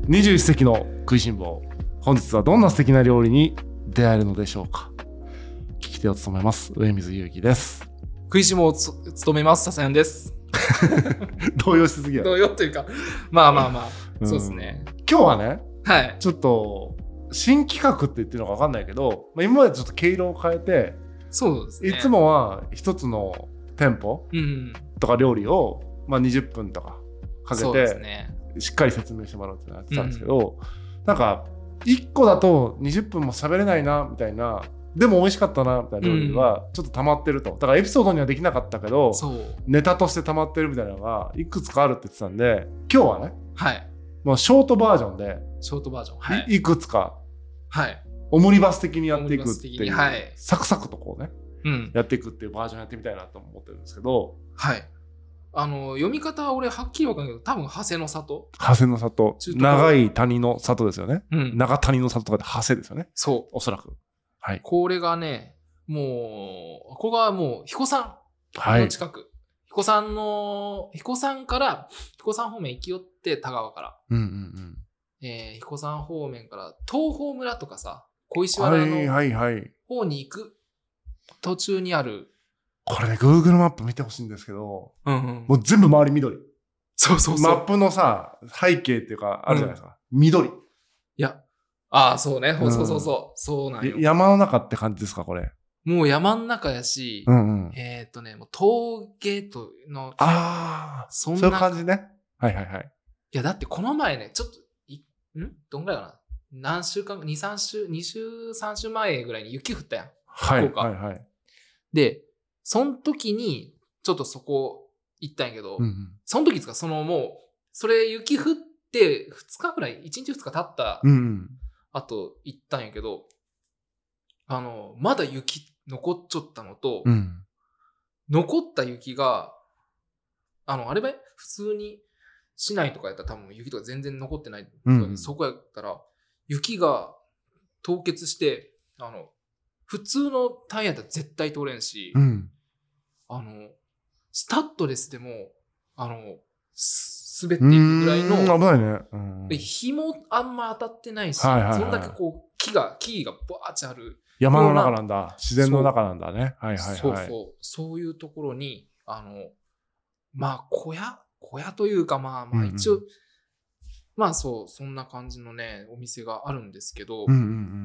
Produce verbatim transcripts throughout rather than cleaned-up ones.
にじゅういっ世紀の食いしん坊、本日はどんな素敵な料理に出会えるのでしょうか。聞き手を務めます上水祐樹です。 食いしん坊をつ務めます笹山です。 動揺しすぎや。 動揺というかまあまあまあ、うん、そうですね。 今日はね、 はい、 ちょっと新企画って言ってるのか分かんないけど、まあ、今までちょっと毛色を変えて、 そうですね、 いつもは一つの店舗とか料理を、まあ、にじゅっぷんとかかけて、ね、しっかり説明してもらうってやってたんですけど、うん、なんかいっこだとにじゅっぷんも喋れないなみたいな、でも美味しかったなみたいな料理はちょっと溜まってると、だからエピソードにはできなかったけどネタとして溜まってるみたいなのがいくつかあるって言ってたんで、今日はね、はい、もうショートバージョンでショートバージョン、はい、 い, いくつか、はい、オムニバス的にやっていくっていう、はい、サクサクとこうね、うん、やっていくっていうバージョンやってみたいなと思ってるんですけど、 はい、あの読み方は俺はっきり分かんないけど、多分長谷の里、 長谷の里、長い谷の里ですよね、うん、長谷の里とかで長谷ですよね。 そう、 おそらく、はい、これがね、 もうここがもう彦山の近く、はい、彦山の彦山から彦山方面行き寄って田川から、うんうんうん、えー、彦山方面から東峰村とかさ、小石原の方に行く途中にある、 これね Google マップ見てほしいんですけど、うんうん、もう全部周り緑。 そうそうそう。 マップのさ背景っていうかあるじゃないですか、うん、緑。いや、ああそうね、うん、そうそうそうそうなんよ。 山の中って感じですかこれ。 もう山の中やし、うんうん、えっとねもう峠との、 ああそんなそういう感じね。はいはいはい。 いやだってこの前ねちょっとんどんぐらいかな、何週間に、さん週に週さん週前ぐらいに雪降ったやん、 はい福岡、はいはい、 でその時にちょっとそこ行ったんやけど、うんうん、その時ですか、そのもうそれ雪降ってふつかぐらいいちにちふつか経った、うんうん、あと行ったんやけど、あのまだ雪残っちょったのと、うん、残った雪があのあれば普通に市内とかやったら多分雪とか全然残ってない、うん、そこやったら雪が凍結して、あの普通のタイヤだったら絶対通れんし、うん、あのスタッドレスでもあの滑っていくぐらいの、 危ないね、うん、 で日もあんま当たってないし、はいはいはい、そんだけこう木が木がバーッチある山の中なんだ、自然の中なんだね。はいはいはい。 そうそう、そういうところにあのまあ小屋小屋というか、まあまあ一応、うんうん、まあそうそんな感じのねお店があるんですけど、うんうんうん、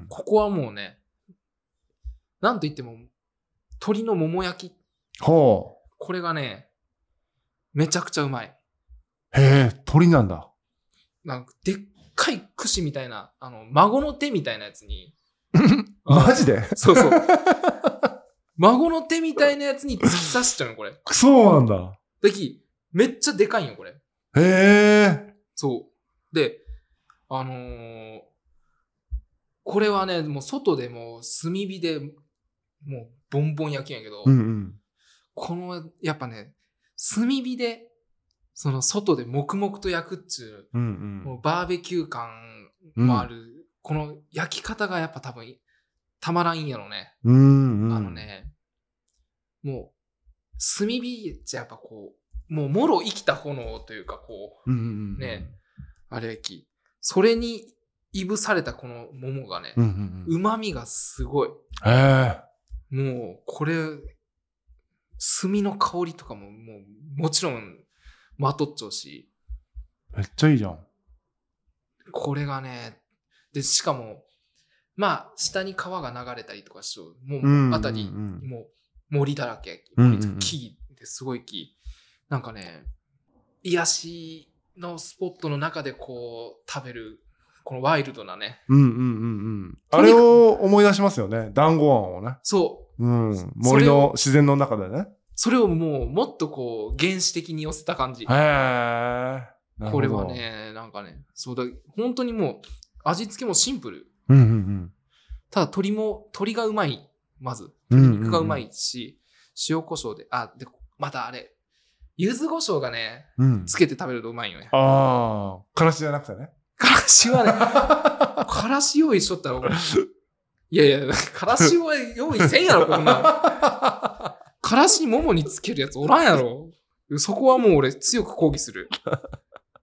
ここはもうね、なんといっても鶏のもも焼き、ほう、これがねめちゃくちゃうまい。 へえ、鶏なんだ。 なんかでっかい串みたいな、あの孫の手みたいなやつにマジでそうそう孫の手みたいなやつに突き刺しちゃうのこれ。 そうなんだ。 できめっちゃでかいんよこれ。へえ。 そうで、あのー、これはねもう外でもう炭火でもうボンボン焼きやけど、うんうん、このやっぱね炭火でその外で黙々と焼くっちゅう、うんうん、もうバーベキュー感もある、うん、この焼き方がやっぱ多分たまらんやろね、うんうん、あのねもう炭火じゃやっぱこうもうもろ生きた炎というかこう、うんうんうん、ねあれきそれにいぶされたこの桃がね、うまみがすごい。へー、もうこれ炭の香りとかももうもちろんまとっちゃうし、 めっちゃいいじゃんこれがね。でしかもまあ下に川が流れたりとかしよう、もうあたり、うんうんうん、もう森だらけ、森とか木ですごい木、なんかね癒しのスポットの中でこう食べるこのワイルドなね、うんうんうんうん、 あれを思い出しますよね、団子あんをね。 そう、 うん、森の自然の中でね、 それをもうもっとこう原始的に寄せた感じ。へー、 これはねなんかねそうだ、本当にもう味付けもシンプル、 うんうんうん、 ただ鶏も鶏がうまい、まず鶏肉がうまいし、うんうんうん、塩コショウで、あでまたあれ柚子胡椒がね、うん、つけて食べるとうまいよね。 ああ、からしじゃなくてね。 からしはね、からし用意しとったら、いやいや、からしは用意せんやろこんなん。からしももにつけるやつおらんやろ。そこはもう俺強く抗議する。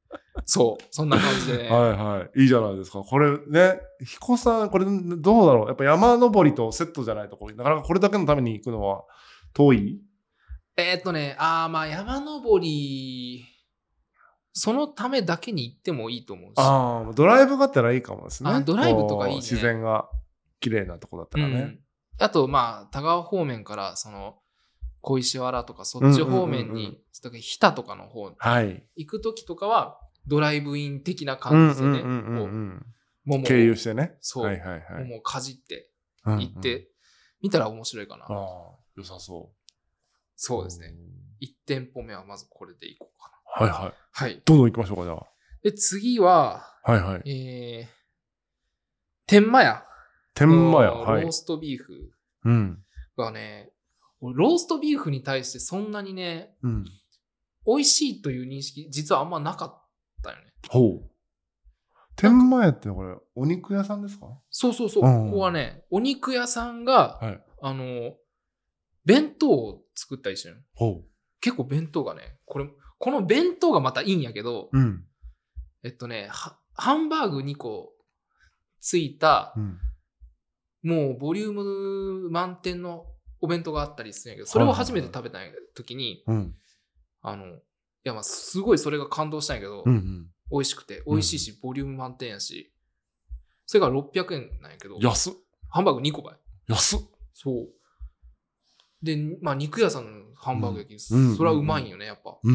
そう、そんな感じでね。 はいはい。いいじゃないですか。これね、彦さん、これどうだろう。やっぱ山登りとセットじゃないところ、なかなかこれだけのために行くのは遠い？ えーっとね、あーまあ山登り、そのためだけに行ってもいいと思うし。 ああ、ドライブがあったらいいかもですね。 あ、ドライブとかいいね。 自然が綺麗なとこだったらね。うん、 あと、まあ、田川方面から、その、小石原とかそっち方面に、日田とかの方に行くときとかは、ドライブイン的な感じですよね。 もう経由してね。 そう。はいはいはい、もうかじって行って、見たら面白いかな。 ああ、良さそう。 そうですね。いち店舗目はまずこれで行こうかな。 はいはい。 はい。 どんどん行きましょうか、じゃあ。 で、次は、 はいはい。 えー、天満屋。 天満屋。はい。 ローストビーフがね、うん、ローストビーフに対してそんなにね、うん、美味しいという認識、実はあんまなかったよね。 ほう。天満屋ってこれ、お肉屋さんですか？ そうそうそう。うん、ここはね、お肉屋さんが、はい、あの、弁当を作ったりしてるの。ほう。結構弁当がね、これ、この弁当がまたいいんやけど、うん、えっとね、ハンバーグにこついた、うん、もうボリューム満点のお弁当があったりするんやけど、それを初めて食べた時に、はいはいはい、あの、いやまあすごいそれが感動したんやけど、うんうん、美味しくて、美味しいし、ボリューム満点やし、それがろっぴゃくえんなんやけど、 安っ。 ハンバーグにこばい。 安っ。 そう。で、まあ肉屋さんのハンバーグ焼き、うん、それはうまいんよね、やっぱ。うんうん、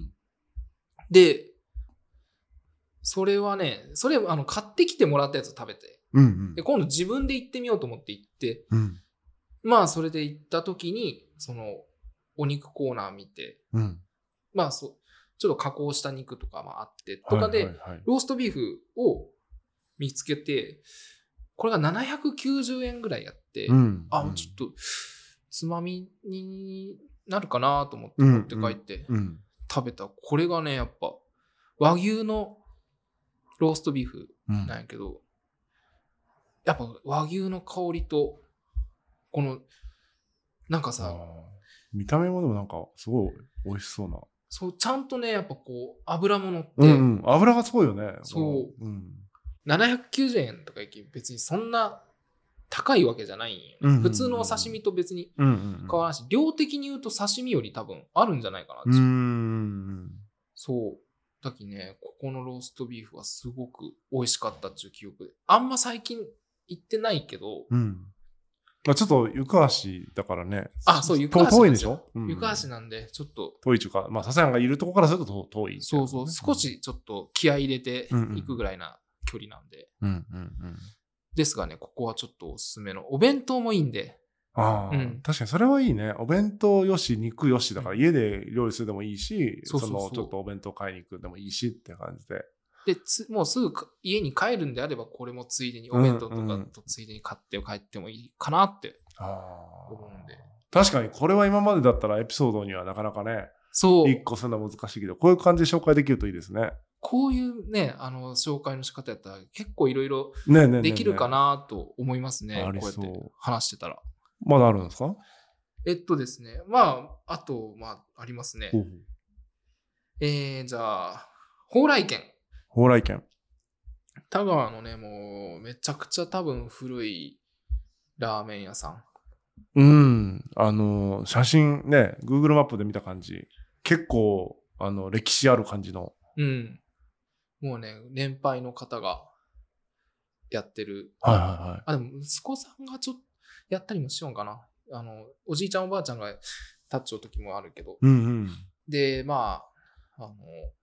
で、それはね、それあの買ってきてもらったやつを食べて、うんうん、で今度自分で行ってみようと思って行って、うん、まあそれで行った時にそのお肉コーナー見て、うん、まあそちょっと加工した肉とかもあってとかで、はいはいはい、ローストビーフを見つけて、これがななひゃくきゅうじゅうえんぐらいやって、うん、あちょっとつまみになるかなと思って持って帰って食べた、これがねやっぱ和牛のローストビーフなんやけど、うん、やっぱ和牛の香りとこのなんかさ、 見た目もでもなんかすごい美味しそうな、 そうちゃんとねやっぱこう油も乗って、 うんうん、油がすごいよね。 そう、うん、ななひゃくきゅうじゅうえんとか別にそんな高いわけじゃないんよ、ね、うんうんうん、普通のお刺身と別に変わらないし、うんうんうん、量的に言うと刺身より多分あるんじゃないかなって。うん、そうだきね、ここのローストビーフはすごく美味しかったっていう記憶で、あんま最近行ってないけど、うん、 まあ、ちょっと行橋だからね。 あ、そう、行橋遠いんでしょ？ 行橋なんでちょっと遠いというか、まあ笹山がいるとこからすると遠い、ね。 そうそう、少しちょっと気合い入れて行くぐらいな距離なんで、うんうんうん、ですがね、ここはちょっとおすすめのお弁当もいいんで。 ああ、うん、確かにそれはいいね。お弁当よし、肉よしだから家で料理するでもいいし、うん、そのちょっとお弁当買いに行くでもいいしって感じで。 で、つもうすぐ家に帰るんであれば、これもついでにお弁当とかとついでに買って帰ってもいいかなって思うんで。 確かにこれは今までだったらエピソードにはなかなかね、そう一個するのは難しいけど、こういう感じで紹介できるといいですね。 こういうね、あの紹介の仕方やったら結構いろいろできるかなと思いますね。こうやって話してたら。 まだあるんですか？ えっとですね、まあ、あと、まあ、ありますね。えー、じゃあ、蓬莱軒。 蓬莱軒。 田川のね、もう、めちゃくちゃ多分古いラーメン屋さん。うん、あの、写真ね、Google マップで見た感じ、結構、あの、歴史ある感じの。 うん。もうね、年配の方がやってる。 はいはいはい。 あ、でも息子さんがちょっとやったりもしようかな。あの、おじいちゃんおばあちゃんがタッチの時もあるけど。うんうん、で、まあ、あの、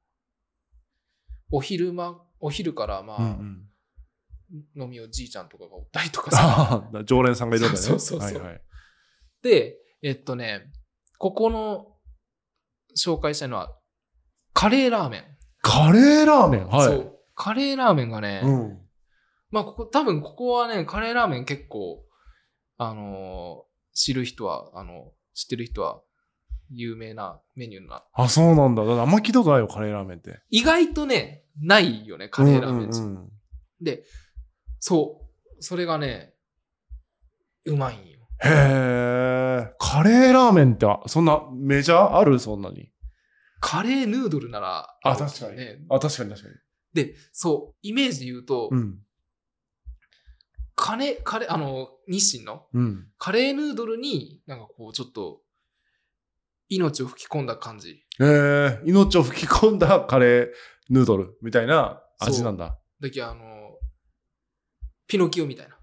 お昼間、お昼からまあ、うんうん、飲みをじいちゃんとかがおったりとかさ。 常連さんがいるんだね。 そうそうそうそう、はいはい。で、えっとね、ここの紹介したいのは、カレーラーメン。 カレーラーメン、はい。そう。 カレーラーメンがね、うん、まあ、ここ、多分ここはね、カレーラーメン結構、あのー、知る人は、あの、知ってる人は、有名なメニューな。 あ、そうなんだ。だからあんま聞いたことないよ、カレーラーメンって。 意外とね、ないよね、カレーラーメン、うんうんうん。で、そう。それがね、うまいんよ。 へー。カレーラーメンって、そんなメジャーある？そんなに。 カレーヌードルなら、 あ、確かに。ね、あ、確かに確かに。 で、そう、イメージで言うと、うん、カレー、カレー、あの、日清の、うん、カレーヌードルになんかこう、ちょっと、命を吹き込んだ感じ。 えー、命を吹き込んだカレーヌードルみたいな味なんだ。 だけど、あの、ピノキオみたいな。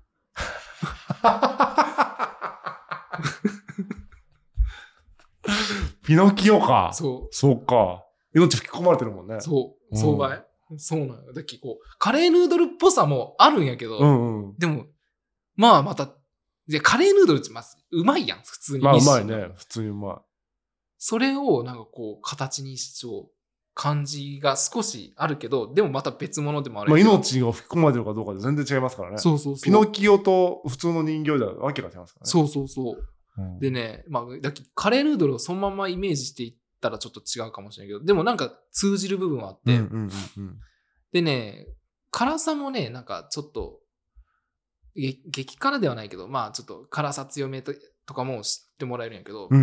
ピノキオか。 そう。 そうか。命吹き込まれてるもんね。 そう。そうばい。うん、そうなのよ。だっけこう、カレーヌードルっぽさもあるんやけど、うんうん、でも、まあまた、でカレーヌードルってまずうまいやん、普通に。 まあうまいね。普通にうまい。 それをなんかこう、形にしちゃう感じが少しあるけど、でもまた別物でもあるけど。 まあ命が吹き込まれてるかどうかで全然違いますからね。 そうそうそう。 ピノキオと普通の人形じゃわけが違いますからね。 そうそうそう。うん、でね、まあ、だっけカレーヌードルをそのままイメージしていったらちょっと違うかもしれないけど、でもなんか通じる部分はあって、うんうんうんうん、でね、辛さもね、なんかちょっと、激辛ではないけど、まあちょっと辛さ強めとかも知ってもらえるんやけど、うんうんうん、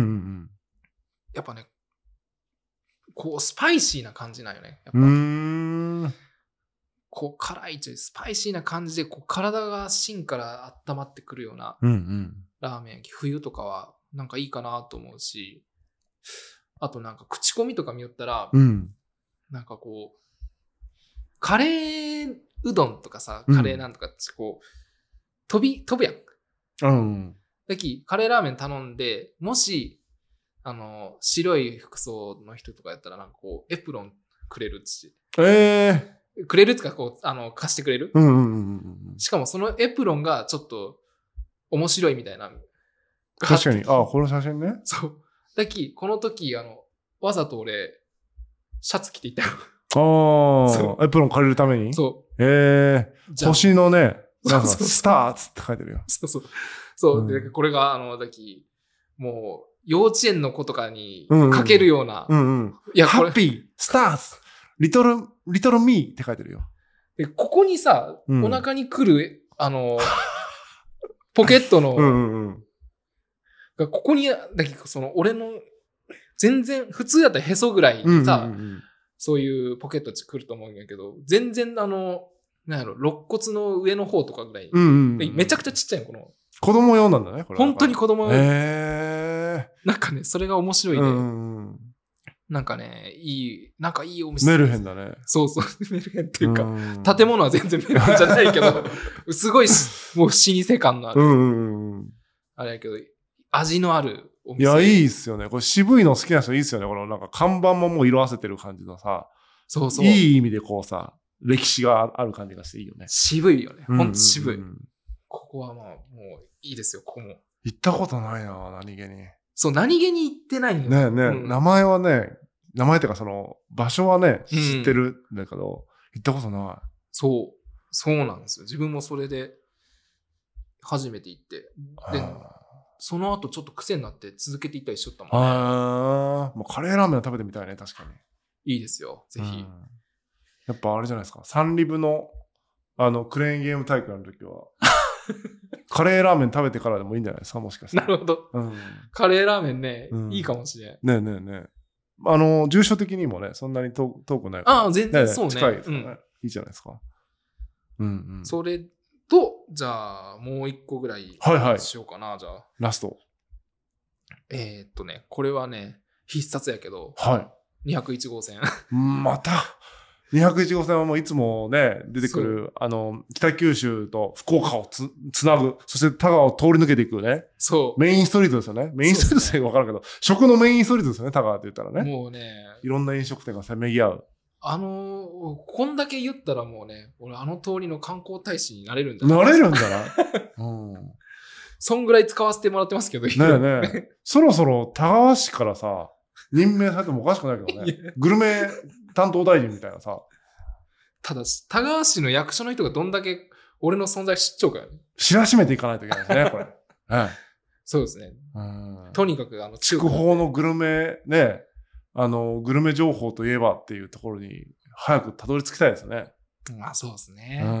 やっぱね、こうスパイシーな感じなんよね。やっぱうーんこう辛いちょいスパイシーな感じでこう体が芯から温まってくるようなラーメン、うんうん、冬とかはなんかいいかなと思うし、あとなんか口コミとか見よったら、うん、なんかこうカレーうどんとかさ、カレーなんとかってこう、うん、飛び飛ぶやん。うん。だきカレーラーメン頼んで、もしあの白い服装の人とかやったらなんかこうエプロンくれるっつって。えー。くれるってかこうあの貸してくれる。うんうんうんうん。しかもそのエプロンがちょっと面白いみたいな。 確かに。あ、この写真ね。 そう。だきこの時あのわざと俺シャツ着ていったよ。 ああ。エプロン借りるために。そう。ええー。星のね。なんかスターツって書いてるよ。 そうそう。そう。うん、で、これが、あの、だき、もう、幼稚園の子とかに書けるような。うんうん。うんうん、 いや、ハッピー、スターツ、リトル、リトルミーって書いてるよ。 で、ここにさ、うん、お腹に来る、あの、ポケットの、うんうんうん、が、ここに、だけど、その、俺の、全然、普通やったらへそぐらいにさ、うんうんうん、そういうポケット来ると思うんやけど、全然、あの、なんやろ、肋骨の上の方とかぐらい。うんうんうん、めちゃくちゃちっちゃいの、この。 子供用なんだね、これ。 本当に子供用。へー。なんかね、それが面白いね。うんうん、なんかね、いい、なんかいいお店。 メルヘンだね。 そうそう、メルヘンっていうか、う建物は全然メルヘンじゃないけど、すごい、もう老舗感のある。うんうんうん、あれやけど、味のあるお店。 いや、いいっすよね。これ渋いの好きな人いいっすよね。このなんか看板ももう色あせてる感じのさ。そうそう。いい意味でこうさ。歴史がある感じがしていいよね。 渋いよね。ほんと渋い。うんうんうん、ここはまあ、もういいですよ、ここも。 行ったことないな、何気に。 そう、何気に行ってないんよ。 ねえねえ、うん、名前はね、名前っていうかその、場所はね、知ってるんだけど、うん、行ったことない。 そう、そうなんですよ。自分もそれで、初めて行って。で、その後ちょっと癖になって続けて行ったりしとったもんね。 ああ、もうカレーラーメンは食べてみたいね、確かに。 いいですよ、ぜひ。うん、 やっぱあれじゃないですか。サンリブの、あの、クレーンゲーム大会の時は、カレーラーメン食べてからでもいいんじゃないですか、もしかして。 なるほど。うん、カレーラーメンね、うん、いいかもしれん。ねえねえねえ。あの、住所的にもね、そんなに遠くないから。 ああ、全然そうね。 近いですからね、うん。いいじゃないですか。 うんうん。それと、じゃあ、もう一個ぐらいしようかな、はいはい、じゃあ。 ラスト。 えー、っとね、これはね、必殺やけど、 はい。 にひゃくいち号線。 またにひゃくいち号線はもういつもね、出てくる、あの、北九州と福岡をつ、つなぐ、そして田川を通り抜けていくね。そう。メインストリートですよね。メインストリートってわかるけど、食のメインストリートですよね、田川って言ったらね。もうね。いろんな飲食店がせめぎ合う。 あのー、こんだけ言ったらもうね、俺あの通りの観光大使になれるんだな。 なれるんだな。うん。 そんぐらい使わせてもらってますけど。 ねえねえ。そろそろ田川市からさ、任命されてもおかしくないけどね。グルメ担当大臣みたいなさ。 ただ、田川市の役所の人がどんだけ俺の存在知っちゃうかよね。 知らしめていかないといけないですね、これ。はい。 そうですね。うんとにかく、あの、 筑豊のグルメ、ね、あの、グルメ情報といえばっていうところに、早くたどり着きたいですね。 まあ、そうですね。 うん。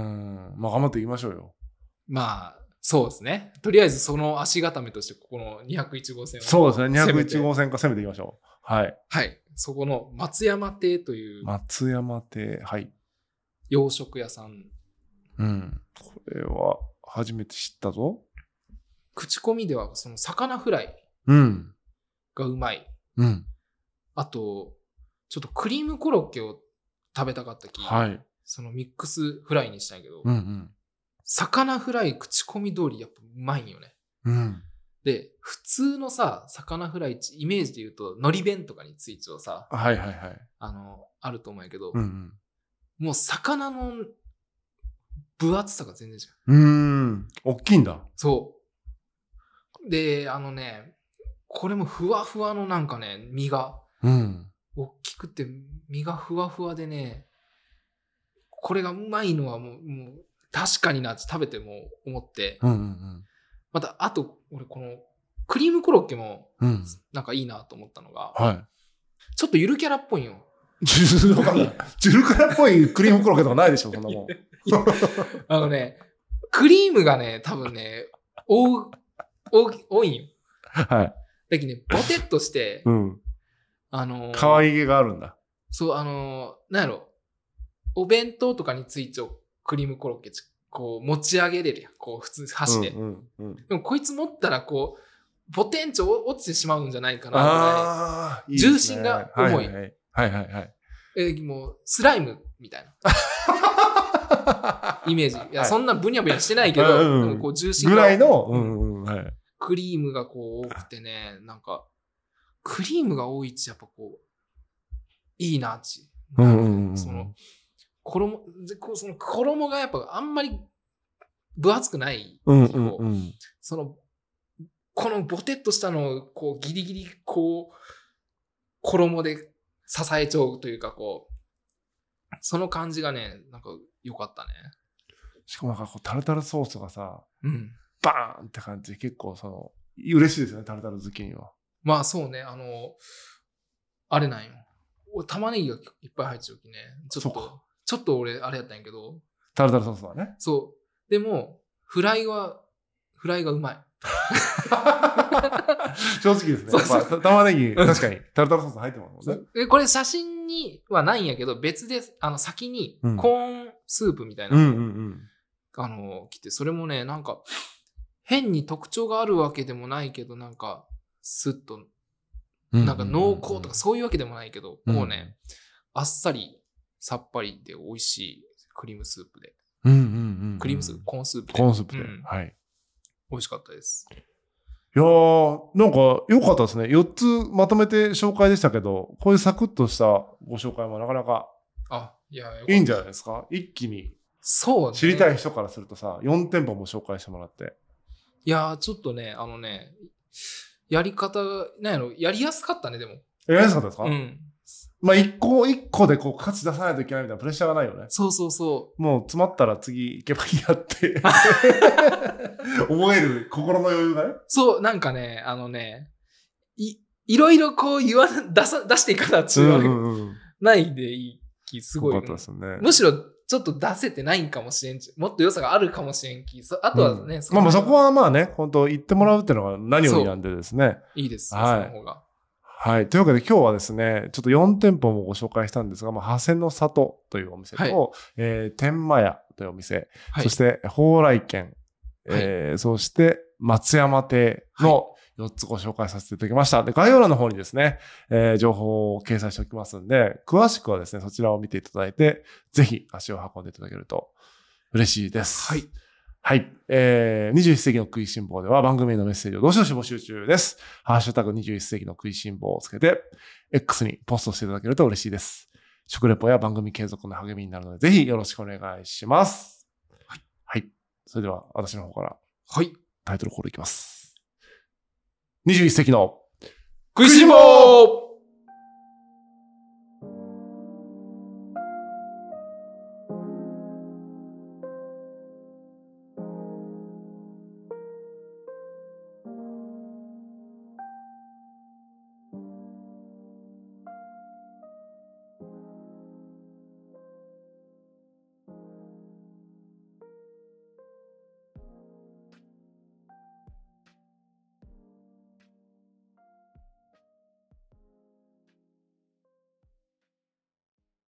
まあ、頑張っていきましょうよ。 まあ、そうですね。とりあえずその足固めとして、ここのにひゃくいち号線を。 そうですね。にひゃくいち号線から攻めていきましょう。はい。 はい。 そこの松山亭という松山亭、はい、 洋食屋さん。 うん。これは初めて知ったぞ。 口コミではその魚フライがうまい。 うん。 あとちょっとクリームコロッケを食べたかったき、 はい、 そのミックスフライにしたんやけど、 うんうん、 魚フライ口コミ通りやっぱうまいんよね。 うん。 で、普通のさ、魚フライ、イメージで言うと、海苔弁とかについてはさ、 はいはいはい。 あの、あると思うんやけど、 うんうん、 もう魚の分厚さが全然違う。うーん、大きいんだ。 そう。で、あのね、これもふわふわのなんかね、身が、 うん、 大きくて身がふわふわでね、これがうまいのはもう、もう確かになって食べても思って、 うんうんうん、 また、あと、俺この、クリームコロッケも、なんかいいなと思ったのが、 うん、はい。 ちょっとゆるキャラっぽいよ。 ゆるキャラっぽいクリームコロッケとかないでしょ、そんなもん。 あのね、クリームがね、多分ね、多、多、多いんよ。 はい。 だけどね、ボテッとして、 うん。 あのー、 可愛げがあるんだ。 そう、あのー、なんやろ、お弁当とかについてクリームコロッケ、こう持ち上げれるやん。こう普通箸で。 うんうんうん、 でもこいつ持ったらこう、ポテンチョ落ちてしまうんじゃないかなぐらい。重心が重い。 はいはいはいはい。 えー、もうスライムみたいな。イメージ。いや、そんなブニャブニャしてないけど、はい、でもこう重心が。 ぐらいの、うんうんはい、 クリームがこう多くてね、なんか、クリームが多いっちやっぱこう、いいなっち。 うんうんうん、 その、衣、その衣がやっぱあんまり分厚くない。 うんうんうん、 その、このボテッとしたのをこうギリギリこう、衣で支えちゃうというかこう、その感じがね、なんか良かったね。 しかもなんかこうタルタルソースがさ、 うん、 バーンって感じで結構その、嬉しいですよね、タルタル好きには。 まあそうね、あの、あれなんよ。玉ねぎがいっぱい入ってるときね、ちょっと、ちょっと俺あれやったんやけど。 タルタルソースはね。 そう。でも、フライは、フライがうまい。 正直ですね。そうそう、まあ、玉ねぎ、確かにタルタルソース入ってますもんね。 でこれ写真にはないんやけど、別で、あの、先にコーンスープみたいなの、うんうんうん、あの、来て、それもね、なんか、変に特徴があるわけでもないけど、なんか、スッと、なんか濃厚とかそういうわけでもないけど、うんうんうん、こうね、あっさり、さっぱりで美味しいクリームスープで。 うんうんうんうん、 クリームスープ、コーンスープで。 コーンスープで。うん、はい。 美味しかったです。 いやー、なんか良かったですね。よっつまとめて紹介でしたけど、こういうサクッとしたご紹介もなかなかあ、いや、 いいんじゃないですか。一気に。 そうね。 知りたい人からするとさ、よん店舗も紹介してもらって。 いやー、ちょっとね、あのね、やり方、なんやろ、やりやすかったね、でも。 やりやすかったですか？ うん。 まあ、一個一個でこう価値出さないといけないみたいなプレッシャーがないよね。 そうそうそう。 もう詰まったら次行けばいいやって思える心の余裕がね。 そう、なんかね、あのね、い、いろいろこう言わ、出さ、出していかなっていうのないでいい気、すごい。 よかったですね。 むしろちょっと出せてないんかもしれん。もっと良さがあるかもしれんき。あとはね、 うん、まあまあそこはまあね、本当言ってもらうっていうのが何よりなんでですね。 いいです、 はい、 その方が。 はい。というわけで今日はですね、ちょっとよん店舗もご紹介したんですが、まあ、長谷の里というお店と、はい、えー、天満屋というお店、はい、そして蓬莱軒、はい、えー、そして松山亭のよっつご紹介させていただきました。で、概要欄の方にですね、えー、情報を掲載しておきますんで、詳しくはですね、そちらを見ていただいて、ぜひ足を運んでいただけると嬉しいです。 はい。 はい。えー、にじゅういっ世紀の食いしん坊では番組へのメッセージをどしどし募集中です。ハッシュタグにじゅういっ世紀の食いしん坊をつけて、X にポストしていただけると嬉しいです。食レポや番組継続の励みになるので、ぜひよろしくお願いします。はい。はい。それでは、私の方から、 はい。 タイトルコールいきます。にじゅういっ世紀の食いしん坊